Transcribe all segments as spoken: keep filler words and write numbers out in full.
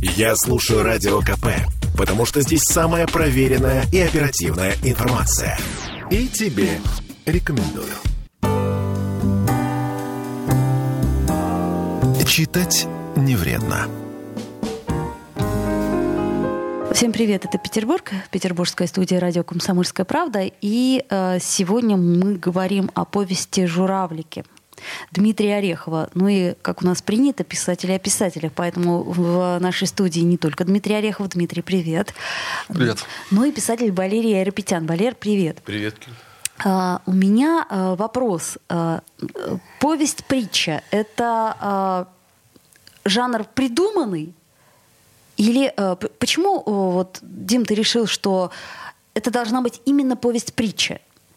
Я слушаю Радио КП, потому что здесь самая проверенная и оперативная информация. И тебе рекомендую. Читать не вредно. Всем привет, это Петербург, петербургская студия радио «Комсомольская правда». И э, сегодня мы говорим о повести «Журавлики» Дмитрия Орехова. Ну и, как у нас принято, писатели о писателях. Поэтому в нашей студии не только Дмитрий Орехов. Дмитрий, привет. Привет. Ну и писатель Валерий Айрапетян. Валер, привет. Привет. Uh, у меня uh, вопрос. Uh, повесть-притча — это uh, жанр придуманный? Или uh, почему, uh, вот, Дим, ты решил, что это должна быть именно повесть-притча?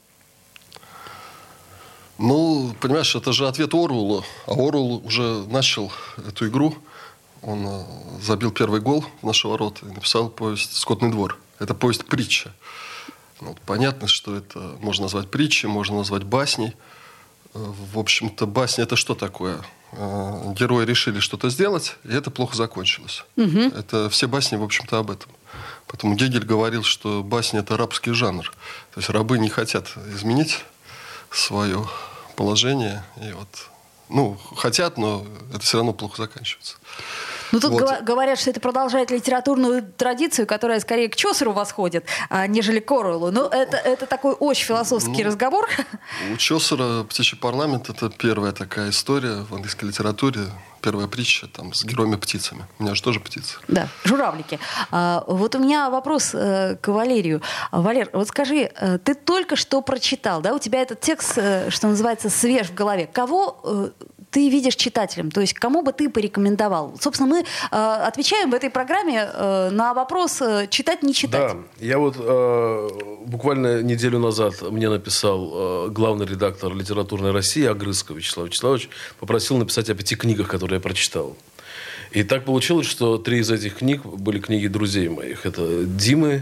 Ну, понимаешь, это же ответ Оруэллу. А Оруэлл уже начал эту игру. Он uh, забил первый гол в наши ворота и написал повесть «Скотный двор». Это повесть-притча. Ну, понятно, что это можно назвать притчей, можно назвать басней. В общем-то, басня – это что такое? Герои решили что-то сделать, и это плохо закончилось. Угу. Это все басни, в общем-то, об этом. Поэтому Гегель говорил, что басня – это рабский жанр. То есть рабы не хотят изменить свое положение. И вот, ну, хотят, но это все равно плохо заканчивается. Ну, тут вот. г- говорят, что это продолжает литературную традицию, которая скорее к Чосеру восходит, а, нежели к Оруэллу. Но это, это такой очень философский ну, разговор. У Чосера «Птичий парламент» — это первая такая история в английской литературе, первая притча там, с героями-птицами. У меня же тоже птицы. Да, журавлики. А, вот у меня вопрос э, к Валерию. Валер, вот скажи, э, ты только что прочитал, да, у тебя этот текст, э, что называется, свеж в голове. Кого э, ты видишь читателем? То есть кому бы ты порекомендовал? Собственно, мы э, отвечаем в этой программе э, на вопрос э, читать, не читать. Да, я вот э, буквально неделю назад мне написал э, главный редактор «Литературной России» Огрызков Вячеслав Вячеславович, попросил написать о пяти книгах, которые я прочитал. И так получилось, что три из этих книг были книги друзей моих. Это Димы,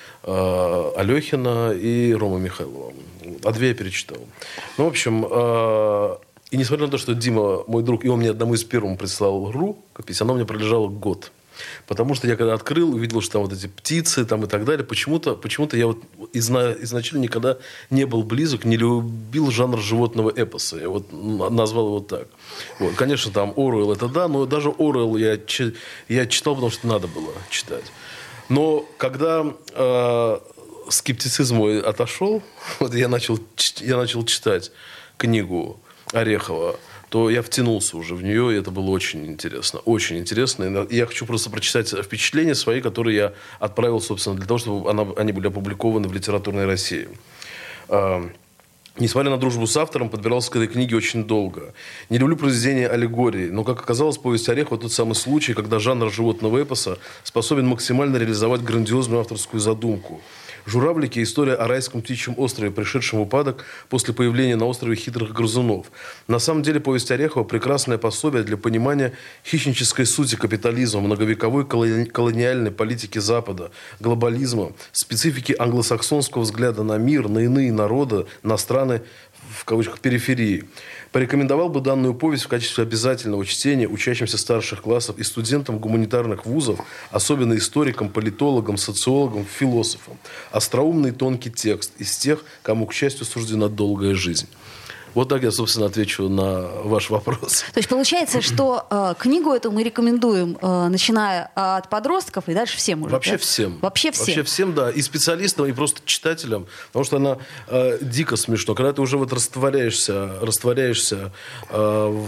э, Алехина и Ромы Михайлова. А две я перечитал. Ну, в общем... Э, И несмотря на то, что Дима мой друг, и он мне одному из первым прислал рукопись, она мне пролежала год. Потому что я когда открыл, увидел, что там вот эти птицы там и так далее, почему-то, почему-то я вот изна, изначально никогда не был близок, не любил жанр животного эпоса. Я вот назвал его так. Вот. Конечно, там Оруэлл это да, но даже Оруэлл я, я читал, потому что надо было читать. Но когда э, скептицизм мой отошел, вот я начал, я начал читать книгу Орехова, то я втянулся уже в нее, и это было очень интересно. Очень интересно. И я хочу просто прочитать впечатления свои, которые я отправил, собственно, для того, чтобы она, они были опубликованы в «Литературной России». А, несмотря на дружбу с автором, подбирался к этой книге очень долго. Не люблю произведения аллегории, но, как оказалось, повесть Орехова тот самый случай, когда жанр животного эпоса способен максимально реализовать грандиозную авторскую задумку. «Журавлики» – история о райском птичьем острове, пришедшем в упадок после появления на острове хитрых грызунов. На самом деле повесть Орехова – прекрасное пособие для понимания хищнической сути капитализма, многовековой колониальной политики Запада, глобализма, специфики англосаксонского взгляда на мир, на иные народы, на страны, в кавычках, периферии. Порекомендовал бы данную повесть в качестве обязательного чтения учащимся старших классов и студентам гуманитарных вузов, особенно историкам, политологам, социологам, философам. Остроумный тонкий текст из тех, кому, к счастью, суждена долгая жизнь. Вот так я, собственно, отвечу на ваш вопрос. То есть получается, что э, книгу эту мы рекомендуем, э, начиная от подростков и дальше всем уже. Вообще да? всем. Вообще всем. Вообще всем, да. И специалистам, и просто читателям. Потому что она э, дико смешно. Когда ты уже вот растворяешься, растворяешься э,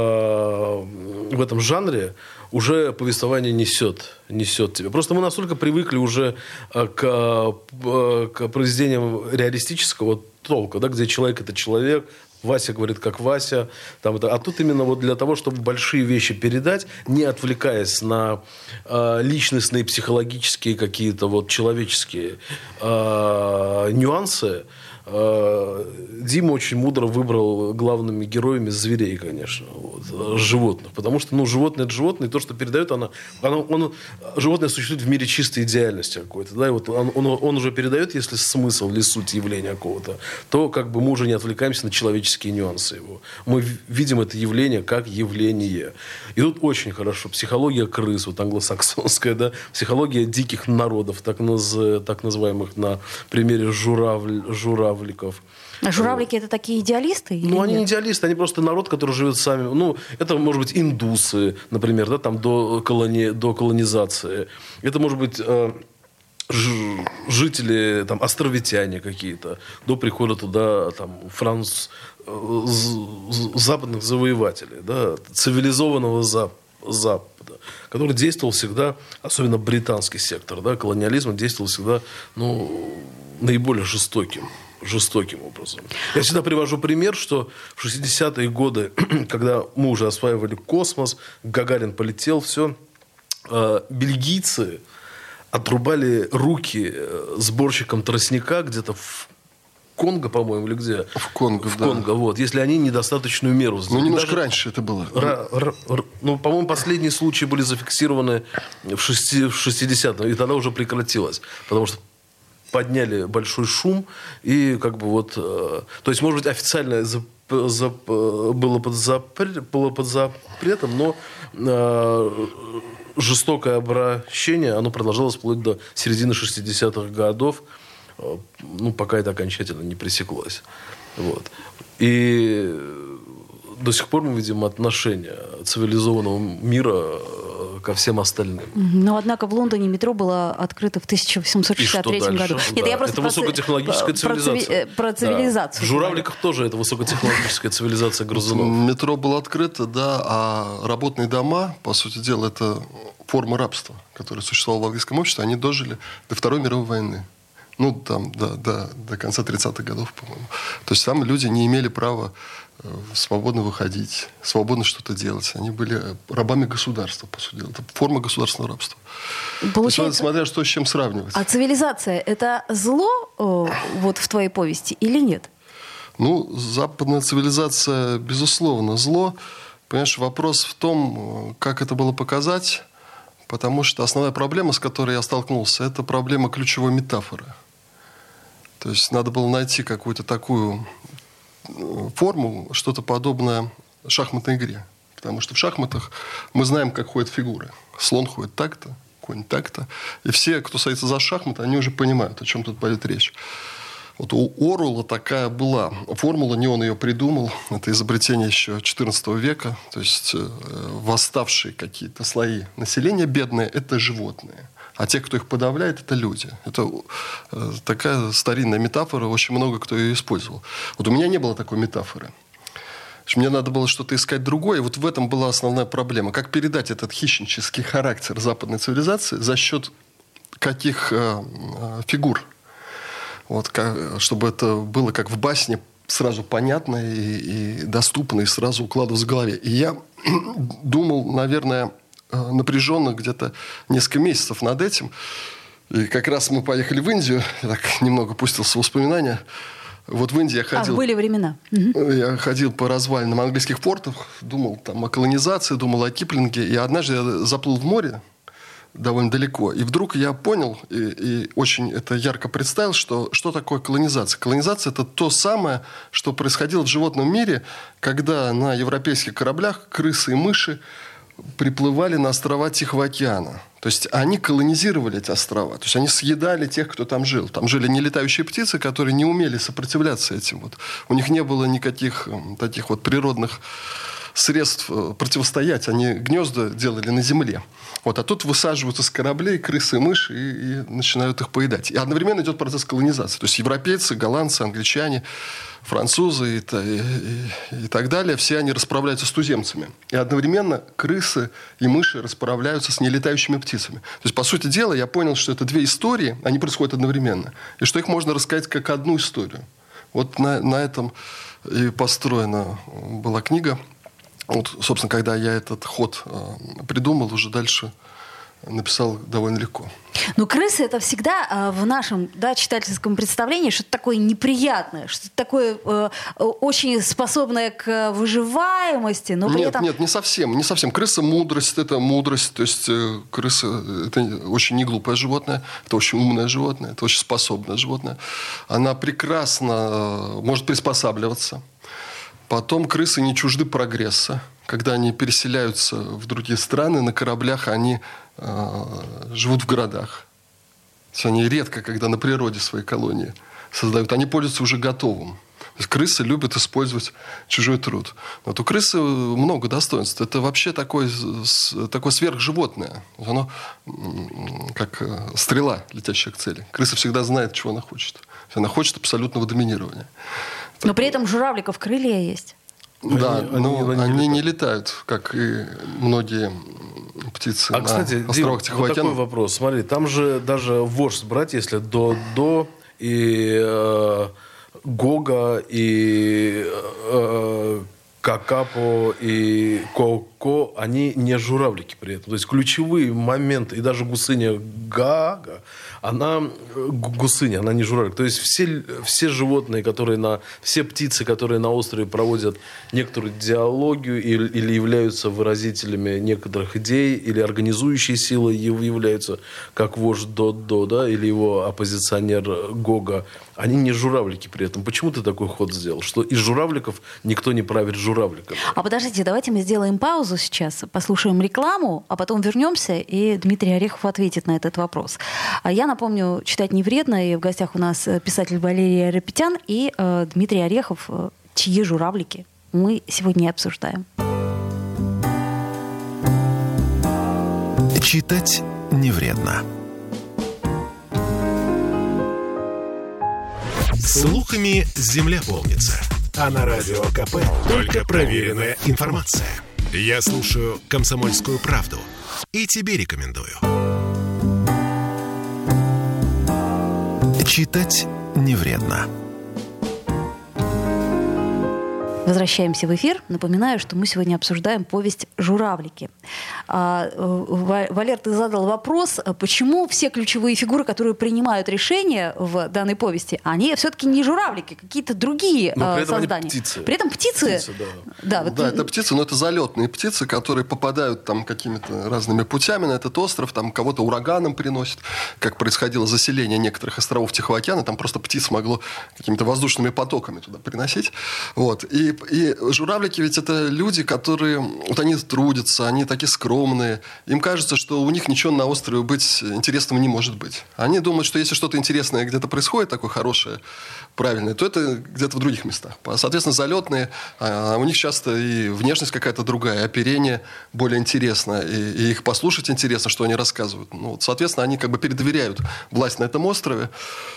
в, в этом жанре, уже повествование несет, несет тебя. Просто мы настолько привыкли уже к, к произведениям реалистического толка, да, где человек – это человек, Вася говорит, как Вася. Там это. А тут именно вот для того, чтобы большие вещи передать, не отвлекаясь на э, личностные, психологические какие-то вот человеческие э, нюансы, Дима очень мудро выбрал главными героями зверей, конечно, вот, животных. Потому что, ну, животное – это животное, и то, что передает она, она он, животное существует в мире чистой идеальности какой-то. Да? И вот он, он, он уже передает, если смысл или суть явления какого-то, то как бы мы уже не отвлекаемся на человеческие нюансы его. Мы видим это явление как явление. И тут очень хорошо. Психология крыс, вот англосаксонская, да? Психология диких народов, так, наз, так называемых на примере журавль, журавль журавликов. А журавлики это такие идеалисты? Ну, они нет? не идеалисты, они просто народ, который живет сами. Ну, это, может быть, индусы, например, да, там до, колони... до колонизации. Это, может быть, э, ж... жители, там, островитяне какие-то, до прихода туда, там, франц... западных завоевателей, да, цивилизованного Запада. Запада, который действовал всегда, особенно британский сектор, да, колониализма действовал всегда, ну, наиболее жестоким, жестоким образом. Я всегда привожу пример, что в шестидесятые годы, когда мы уже осваивали космос, Гагарин полетел, все, э, бельгийцы отрубали руки сборщикам тростника где-то в Конго, по-моему, или где? В Конго, в да. Конго, вот. Если они недостаточную меру сделали. Ну, немножко Даже... раньше это было. Р- р- р- ну, по-моему, последние случаи были зафиксированы в, шести... в шестидесятых, и тогда уже прекратилось. Потому что подняли большой шум, и как бы вот... Э... То есть, может быть, официально за... За... Было, под запр... было под запретом, но э... жестокое обращение, оно продолжалось вплоть до середины шестидесятых годов, ну, пока это окончательно не пресеклось. Вот. И до сих пор мы видим отношение цивилизованного мира ко всем остальным. Но, однако, в Лондоне метро было открыто в тысяча восемьсот шестьдесят третьем году. Нет, да. я просто это про высокотехнологическая про, цивилизация. Про, про цивилизацию. Да. В журавликах тоже это высокотехнологическая цивилизация грызунов. Метро было открыто, да, а работные дома, по сути дела, это форма рабства, которая существовала в английском обществе, они дожили до Второй мировой войны. Ну, там, до, до, до конца тридцатых годов, по-моему. То есть там люди не имели права э, свободно выходить, свободно что-то делать. Они были рабами государства, по сути дела. Это форма государственного рабства. Получается... То есть, смотря что с чем сравнивать. А цивилизация – это зло о, вот в твоей повести или нет? Ну, западная цивилизация, безусловно, зло. Понимаешь, вопрос в том, как это было показать, потому что основная проблема, с которой я столкнулся, это проблема ключевой метафоры. То есть надо было найти какую-то такую форму, что-то подобное шахматной игре. Потому что в шахматах мы знаем, как ходят фигуры. Слон ходит так-то, конь так-то. И все, кто садится за шахматы, они уже понимают, о чем тут пойдет речь. Вот у Оруэлла такая была формула, не он ее придумал. Это изобретение еще четырнадцатого века. То есть э, восставшие какие-то слои населения бедные – это животные. А те, кто их подавляет, это люди. Это э, такая старинная метафора, очень много кто ее использовал. Вот у меня не было такой метафоры. Мне надо было что-то искать другое. И вот в этом была основная проблема. Как передать этот хищнический характер западной цивилизации за счет каких э, э, фигур? Вот, как, чтобы это было как в басне, сразу понятно и, и доступно, и сразу укладывалось в голове. И я думал, наверное, напряженно где-то несколько месяцев над этим. И как раз мы поехали в Индию, я так немного пустился в воспоминания. Вот в Индии я ходил... А, были времена. Я ходил по развалинам английских портов, думал там о колонизации, думал о Киплинге. И однажды я заплыл в море, довольно далеко. И вдруг я понял, и, и очень это ярко представил, что, что такое колонизация. Колонизация – это то самое, что происходило в животном мире, когда на европейских кораблях крысы и мыши приплывали на острова Тихого океана. То есть они колонизировали эти острова. То есть они съедали тех, кто там жил. Там жили нелетающие птицы, которые не умели сопротивляться этим. Вот. У них не было никаких таких вот природных средств противостоять. Они гнезда делали на земле. Вот. А тут высаживаются с кораблей крысы и мыши и, и начинают их поедать. И одновременно идет процесс колонизации. То есть европейцы, голландцы, англичане, французы и, и, и, и так далее, все они расправляются с туземцами. И одновременно крысы и мыши расправляются с нелетающими птицами. То есть, по сути дела, я понял, что это две истории, они происходят одновременно. И что их можно рассказать как одну историю. Вот на, на этом и построена была книга. Вот, собственно, когда я этот ход э, придумал, уже дальше написал довольно легко. Но крысы — это всегда э, в нашем, да, читательском представлении что-то такое неприятное, что-то такое э, очень способное к выживаемости, но при нет, этом... Нет, не совсем, не совсем. Крыса — мудрость, это мудрость. То есть э, крыса — это очень не глупое животное, это очень умное животное, это очень способное животное. Она прекрасно э, может приспосабливаться. Потом крысы не чужды прогресса. Когда они переселяются в другие страны, на кораблях они э, живут в городах. То есть они редко, когда на природе свои колонии создают, они пользуются уже готовым. То есть крысы любят использовать чужой труд. Вот у крысы много достоинств. Это вообще такое, такое сверхживотное. Оно как стрела, летящая к цели. Крыса всегда знает, чего она хочет. Она хочет абсолютного доминирования. Но при этом журавликов крылья есть. Да, они, но они, они, они не летают, как и многие птицы а, на кстати, островах Дим, вот такой вопрос. Смотри, там же даже вождь брать, если Додо и э, Гога и э, Какапо и Коко, они не журавлики при этом. То есть ключевые моменты, и даже гусыня Гага, она гусыня, она не журавлик. То есть все, все животные, которые на... Все птицы, которые на острове проводят некоторую диалогию или, или являются выразителями некоторых идей, или организующей силой являются, как вождь Додо, да, или его оппозиционер Гога, они не журавлики при этом. Почему ты такой ход сделал? Что из журавликов никто не правит журавликом? А подождите, давайте мы сделаем паузу сейчас, послушаем рекламу, а потом вернемся, и Дмитрий Орехов ответит на этот вопрос. Я напомню, читать не вредно, и в гостях у нас писатель Валерий Айрапетян и э, Дмитрий Орехов, э, чьи журавлики мы сегодня обсуждаем. Читать не вредно. Слухами земля полнится. А на Радио КП только проверенная информация. Я слушаю «Комсомольскую правду» и тебе рекомендую. Читать не вредно. Возвращаемся в эфир. Напоминаю, что мы сегодня обсуждаем повесть «Журавлики». А, Валер, ты задал вопрос, почему все ключевые фигуры, которые принимают решения в данной повести, они все-таки не журавлики, какие-то другие но при этом создания. Они птицы. При этом птицы... птицы да, да, вот... да, это птицы, но это залетные птицы, которые попадают там какими-то разными путями на этот остров, там кого-то ураганом приносит, как происходило заселение некоторых островов Тихого океана, там просто птиц могло какими-то воздушными потоками туда приносить. Вот. И И журавлики ведь это люди, которые... Вот они трудятся, они такие скромные. Им кажется, что у них ничего на острове быть интересного не может быть. Они думают, что если что-то интересное где-то происходит, такое хорошее, правильное, то это где-то в других местах. Соответственно, залетные, а у них часто и внешность какая-то другая, оперение более интересное, и, и их послушать интересно, что они рассказывают. Ну, вот, соответственно, они как бы передоверяют власть на этом острове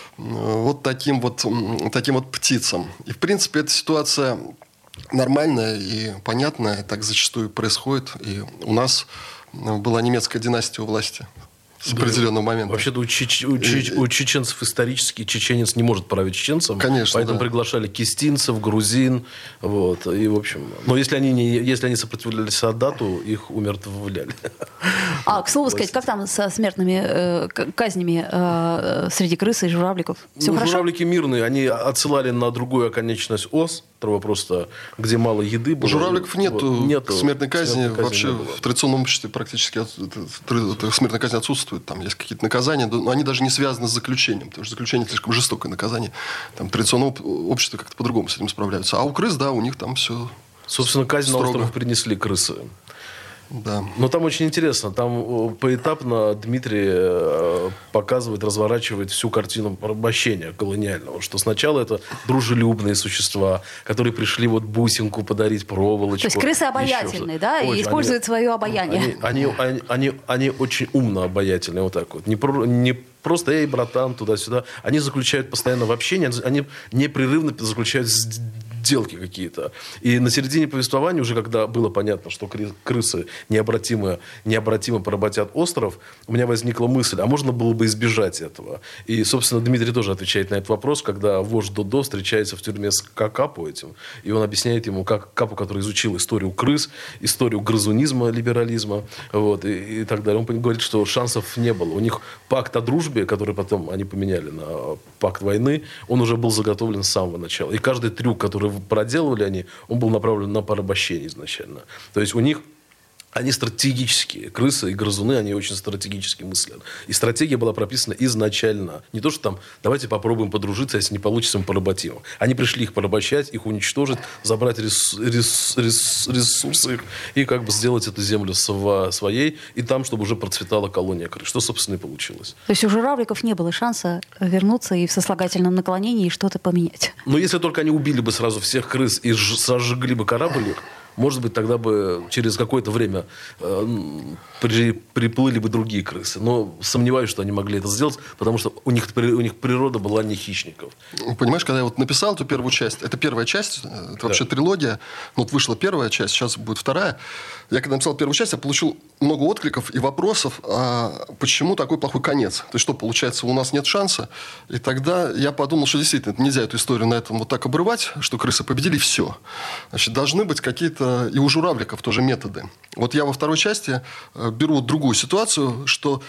вот таким вот, таким вот птицам. И, в принципе, эта ситуация... нормальная и понятная, так зачастую происходит. И у нас была немецкая династия у власти с определенного момента. Вообще-то у, чеч... у, чеч... у чеченцев исторически чеченец не может править чеченцем. Конечно, поэтому да. приглашали кистинцев, грузин. Вот, и, в общем... Но если они, не... если они сопротивлялись Саадату, их умертвляли. А, к слову сказать, как там со смертными э, казнями э, среди крыс и журавликов? Все ну, хорошо? Журавлики мирные. Они отсылали на другую оконечность ос, просто где мало еды было. У журавликов нету, вот, нету смертной казни. смертной казни вообще в традиционном обществе практически от, от, от, смертная казнь отсутствует. Там есть какие-то наказания, но они даже не связаны с заключением, потому что заключение слишком жестокое наказание. Там в традиционном обществе как-то по-другому с этим справляются. А у крыс, да, у них там все Собственно, казнь строго. На остров принесли крысы. Да. Но там очень интересно. Там поэтапно Дмитрий показывает, разворачивает всю картину порабощения колониального. Что сначала это дружелюбные существа, которые пришли вот бусинку подарить, проволочку. То есть крысы обаятельные, да? Очень. И используют они, свое обаяние. Они, они, они, они, они очень умно обаятельные. Вот так вот. Не, про, не просто «эй, братан», туда-сюда. Они заключают постоянно в общении. Они непрерывно заключают подделки какие-то. И на середине повествования, уже когда было понятно, что крысы необратимо, необратимо поработят остров, у меня возникла мысль, а можно было бы избежать этого? И, собственно, Дмитрий тоже отвечает на этот вопрос, когда вождь Додо встречается в тюрьме с Капу этим, и он объясняет ему, как Капу, который изучил историю крыс, историю грызунизма, либерализма, вот, и, и так далее. Он говорит, что шансов не было. У них пакт о дружбе, который потом они поменяли на пакт войны, он уже был заготовлен с самого начала. И каждый трюк, который проделывали они, он был направлен на порабощение изначально. То есть у них они стратегические. Крысы и грызуны, они очень стратегически мыслят. И стратегия была прописана изначально. Не то, что там, давайте попробуем подружиться, если не получится, мы поработим. Они пришли их порабощать, их уничтожить, забрать рес, рес, рес, ресурсы их и как бы сделать эту землю сво, своей, и там, чтобы уже процветала колония крыс. Что, собственно, и получилось. То есть у журавликов не было шанса вернуться и в сослагательном наклонении что-то поменять? Но если только они убили бы сразу всех крыс и сожгли бы корабль их, может быть, тогда бы через какое-то время э, при, приплыли бы другие крысы. Но сомневаюсь, что они могли это сделать, потому что у них, у них природа была не хищников. Понимаешь, когда я вот написал эту первую часть, это первая часть, это да. вообще трилогия, вот вышла первая часть, сейчас будет вторая. Я когда написал первую часть, я получил много откликов и вопросов, а почему такой плохой конец? То есть что, получается, у нас нет шанса? И тогда я подумал, что действительно нельзя эту историю на этом вот так обрывать, что крысы победили, и все. Значит, должны быть какие-то и у журавликов тоже методы. Вот я во второй части беру другую ситуацию, что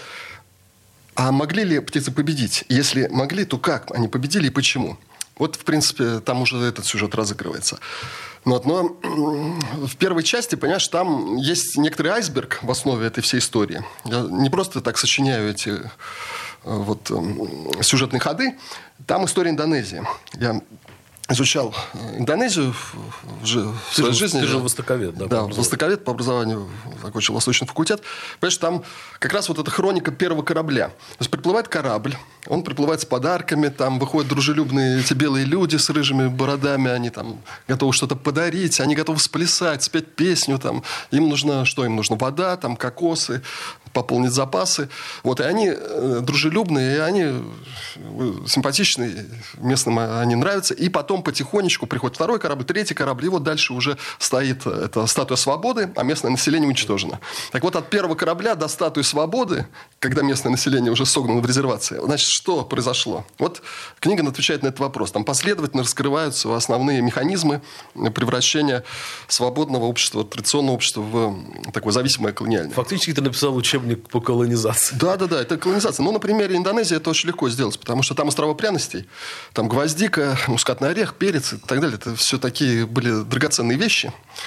а могли ли птицы победить? Если могли, то как они победили и почему? Вот, в принципе, там уже этот сюжет разыгрывается. Вот, но в первой части, понимаешь, там есть некоторый айсберг в основе этой всей истории. Я не просто так сочиняю эти вот, сюжетные ходы. Там история Индонезии. Я изучал Индонезию в, в своей же, жизни. Ты же востоковед, да? Да, востоковед по образованию, закончил Восточный факультет. Понимаешь, там как раз вот эта хроника первого корабля. То есть приплывает корабль, он приплывает с подарками, там выходят дружелюбные эти белые люди с рыжими бородами, они там готовы что-то подарить, они готовы сплясать, спеть песню, там. Им нужно, что им нужно? Вода, там, кокосы, пополнить запасы. Вот, и они э, дружелюбные, и они э, симпатичные, местным они нравятся. И потом потихонечку приходит второй корабль, третий корабль, и вот дальше уже стоит эта статуя свободы, а местное население уничтожено. Так вот, от первого корабля до статуи свободы, когда местное население уже согнано в резервации, значит, что произошло? Вот книга отвечает на этот вопрос. Там последовательно раскрываются основные механизмы превращения свободного общества, традиционного общества в такое зависимое колониальное. Фактически ты написал учебник по колонизации. Да-да-да, это колонизация. Но на примере Индонезии это очень легко сделать, потому что там острова пряностей, там гвоздика, мускатный орех, перец и так далее. Это все такие были драгоценные вещи.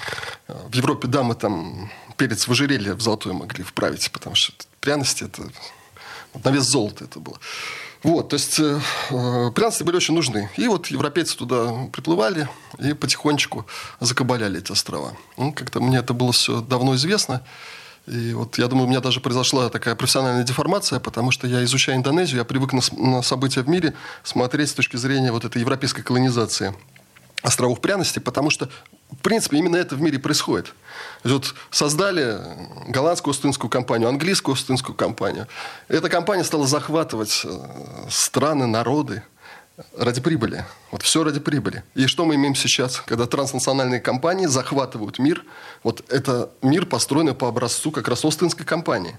В Европе дамы там перец в ожерелье в золотое могли вправить, потому что пряности это на вес золота это было. Вот, то есть э, пряности были очень нужны. И вот европейцы туда приплывали и потихонечку закабаляли эти острова. Ну, как-то мне это было все давно известно. И вот я думаю, у меня даже произошла такая профессиональная деформация, потому что я, изучая Индонезию, я привык на, на события в мире смотреть с точки зрения вот этой европейской колонизации островов пряности, потому что, в принципе, именно это в мире происходит. Вот создали голландскую Ост-Индскую компанию, английскую Ост-Индскую компанию. Эта компания стала захватывать страны, народы ради прибыли. Вот все ради прибыли. И что мы имеем сейчас, когда транснациональные компании захватывают мир? Вот это мир, построенный по образцу как раз Ост-Индской компании.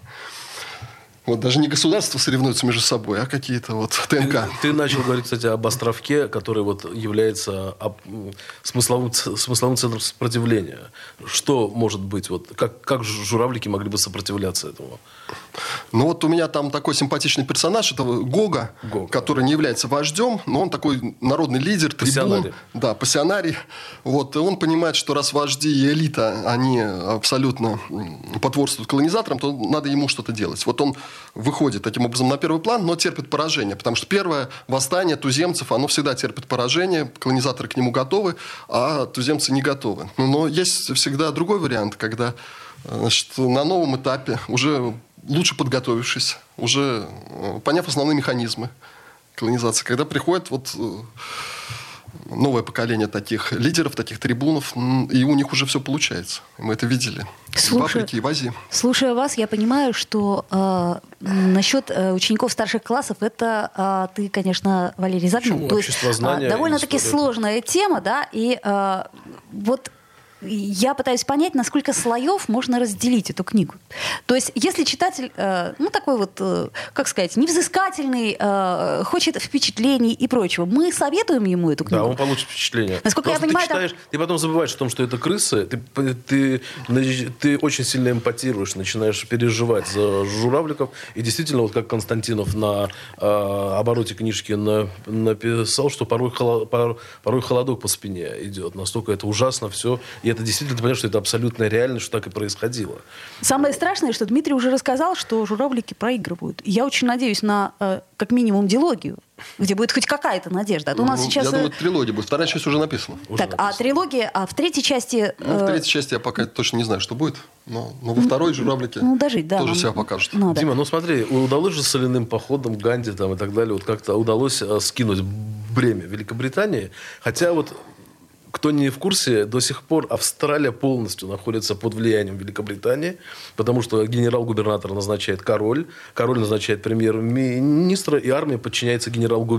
Вот даже не государства соревнуются между собой, а какие-то вот ТНК. Ты, ты начал говорить, кстати, об островке, который вот является об, смысловым, смысловым центром сопротивления. Что может быть? Вот, как, как журавлики могли бы сопротивляться этому? Ну вот у меня там такой симпатичный персонаж, это Гога, Гога, который не является вождем, но он такой народный лидер, трибун, да, пассионарий. Вот, и он понимает, что раз вожди и элита, они абсолютно потворствуют колонизаторам, то надо ему что-то делать. Вот он выходит таким образом на первый план, но терпит поражение, потому что первое восстание туземцев, оно всегда терпит поражение, колонизаторы к нему готовы, а туземцы не готовы. Но есть всегда другой вариант, когда, значит, на новом этапе, уже лучше подготовившись, уже поняв основные механизмы колонизации, когда приходит вот новое поколение таких лидеров, таких трибунов, и у них уже все получается. Мы это видели Слушай, в Африке и в Азии. Слушая вас, я понимаю, что э, насчет э, учеников старших классов, это э, ты, конечно, Валерий, загнул. То есть э, довольно-таки сложная тема, да, и э, вот я пытаюсь понять, на сколько слоев можно разделить эту книгу. То есть, если читатель, э, ну, такой вот, э, как сказать, невзыскательный, э, хочет впечатлений и прочего, мы советуем ему эту книгу? Да, он получит впечатление. Насколько Просто я понимаю, ты читаешь, там... ты потом забываешь о том, что это крысы, ты, ты, ты очень сильно эмпатируешь, начинаешь переживать за журавликов. И действительно, вот как Константинов на э, обороте книжки на, написал, что порой, холо, пор, порой холодок по спине идет. Настолько это ужасно все. И это действительно, ты понимаешь, что это абсолютно реально, что так и происходило. Самое страшное, что Дмитрий уже рассказал, что журавлики проигрывают. Я очень надеюсь на, э, как минимум, дилогию, где будет хоть какая-то надежда. А то у нас ну, сейчас... Я думаю, трилогия будет. Вторая часть уже написана. Уже так, написана. А трилогия, а в третьей части... Э... Ну, в третьей части я пока точно не знаю, что будет. Но, но во второй журавлики ну, дожить, да, тоже нам... себя покажут. Надо. Дима, ну смотри, удалось же соляным походом Ганди там, и так далее, вот как-то удалось э, скинуть бремя Великобритании. Хотя вот... Кто не в курсе, до сих пор Австралия полностью находится под влиянием Великобритании, потому что генерал-губернатор назначает король, король назначает премьер-министра, и армия подчиняется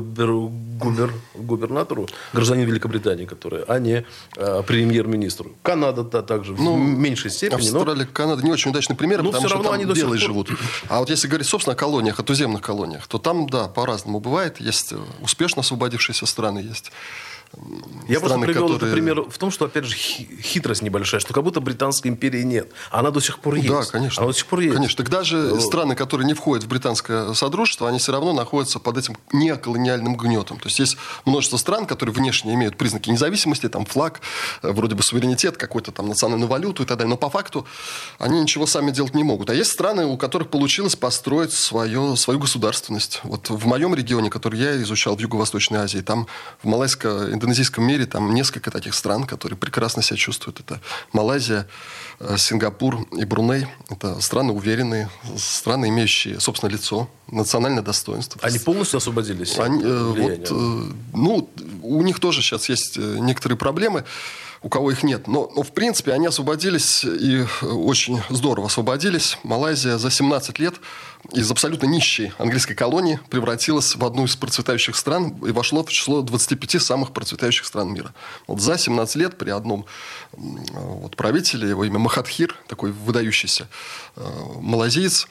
генерал-губернатору, гражданину Великобритании, который, а не э, премьер-министру. Канада да, также ну, в меньшей степени. Австралия, но... Канада не очень удачный пример, но потому что там белые пор... живут. А вот если говорить, собственно, о колониях, о туземных колониях, то там, да, по-разному бывает. Есть успешно освободившиеся страны, есть... Я страны, просто привел которые... этот пример в том, что, опять же, хитрость небольшая, что как будто Британской империи нет. Она до сих пор есть. Да, конечно. Она до сих пор есть. Конечно. Так даже вот. Страны, которые не входят в британское содружество, они все равно находятся под этим неоколониальным гнетом. То есть есть множество стран, которые внешне имеют признаки независимости, там флаг, вроде бы суверенитет, какую-то там национальную валюту и так далее. Но по факту они ничего сами делать не могут. А есть страны, у которых получилось построить свое, свою государственность. Вот в моем регионе, который я изучал в Юго-Восточной Азии, там в малайско-индонезийском мире там несколько таких стран, которые прекрасно себя чувствуют. Это Малайзия, Сингапур и Бруней. Это страны уверенные, страны, имеющие собственное лицо, национальное достоинство. Они полностью освободились? Они, вот, ну, у них тоже сейчас есть некоторые проблемы, у кого их нет. Но, но, в принципе, они освободились и очень здорово освободились. Малайзия за семнадцать лет из абсолютно нищей английской колонии превратилась в одну из процветающих стран и вошло в число двадцати пяти самых процветающих стран мира. Вот за семнадцать лет при одном вот, правителе, его имя Махатхир, такой выдающийся малайзиец,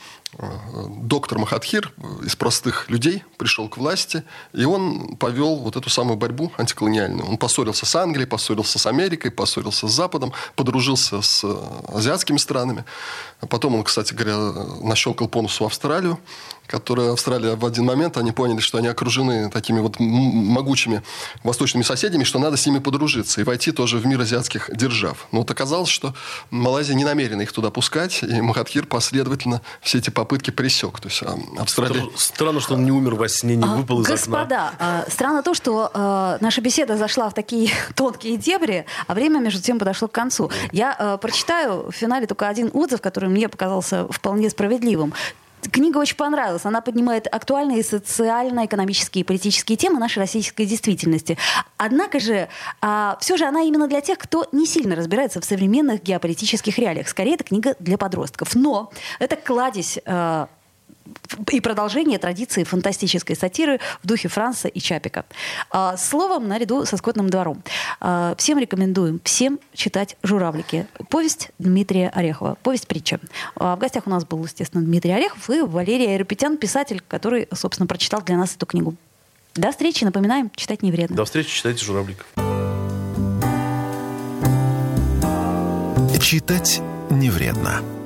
доктор Махатхир из простых людей пришел к власти, и он повел вот эту самую борьбу антиколониальную. Он поссорился с Англией, поссорился с Америкой, поссорился с Западом, подружился с азиатскими странами. Потом он, кстати говоря, нащелкал по носу Австралию, которая Австралия в один момент, они поняли, что они окружены такими вот могучими восточными соседями, что надо с ними подружиться и войти тоже в мир азиатских держав. Но вот оказалось, что Малайзия не намерена их туда пускать, и Махатхир последовательно все эти попытки пресек. То есть Австралия... Странно, что он не умер во сне, не выпал из Господа, окна. Господа, странно то, что э, наша беседа зашла в такие тонкие дебри, а время, между тем, подошло к концу. Я э, прочитаю в финале только один отзыв, который мне показался вполне справедливым. Книга очень понравилась. Она поднимает актуальные социально-экономические и политические темы нашей российской действительности. Однако же, а, все же она именно для тех, кто не сильно разбирается в современных геополитических реалиях. Скорее, это книга для подростков. Но это кладезь а, и продолжение традиции фантастической сатиры в духе Франца и Чапика. А, словом, наряду со «Скотным двором». А, всем рекомендуем, всем читать «Журавлики». Повесть Дмитрия Орехова. Повесть-притча. А, в гостях у нас был, естественно, Дмитрий Орехов и Валерий Айрапетян, писатель, который, собственно, прочитал для нас эту книгу. До встречи. Напоминаем, читать не вредно. До встречи. Читайте «Журавликов». Читать не вредно.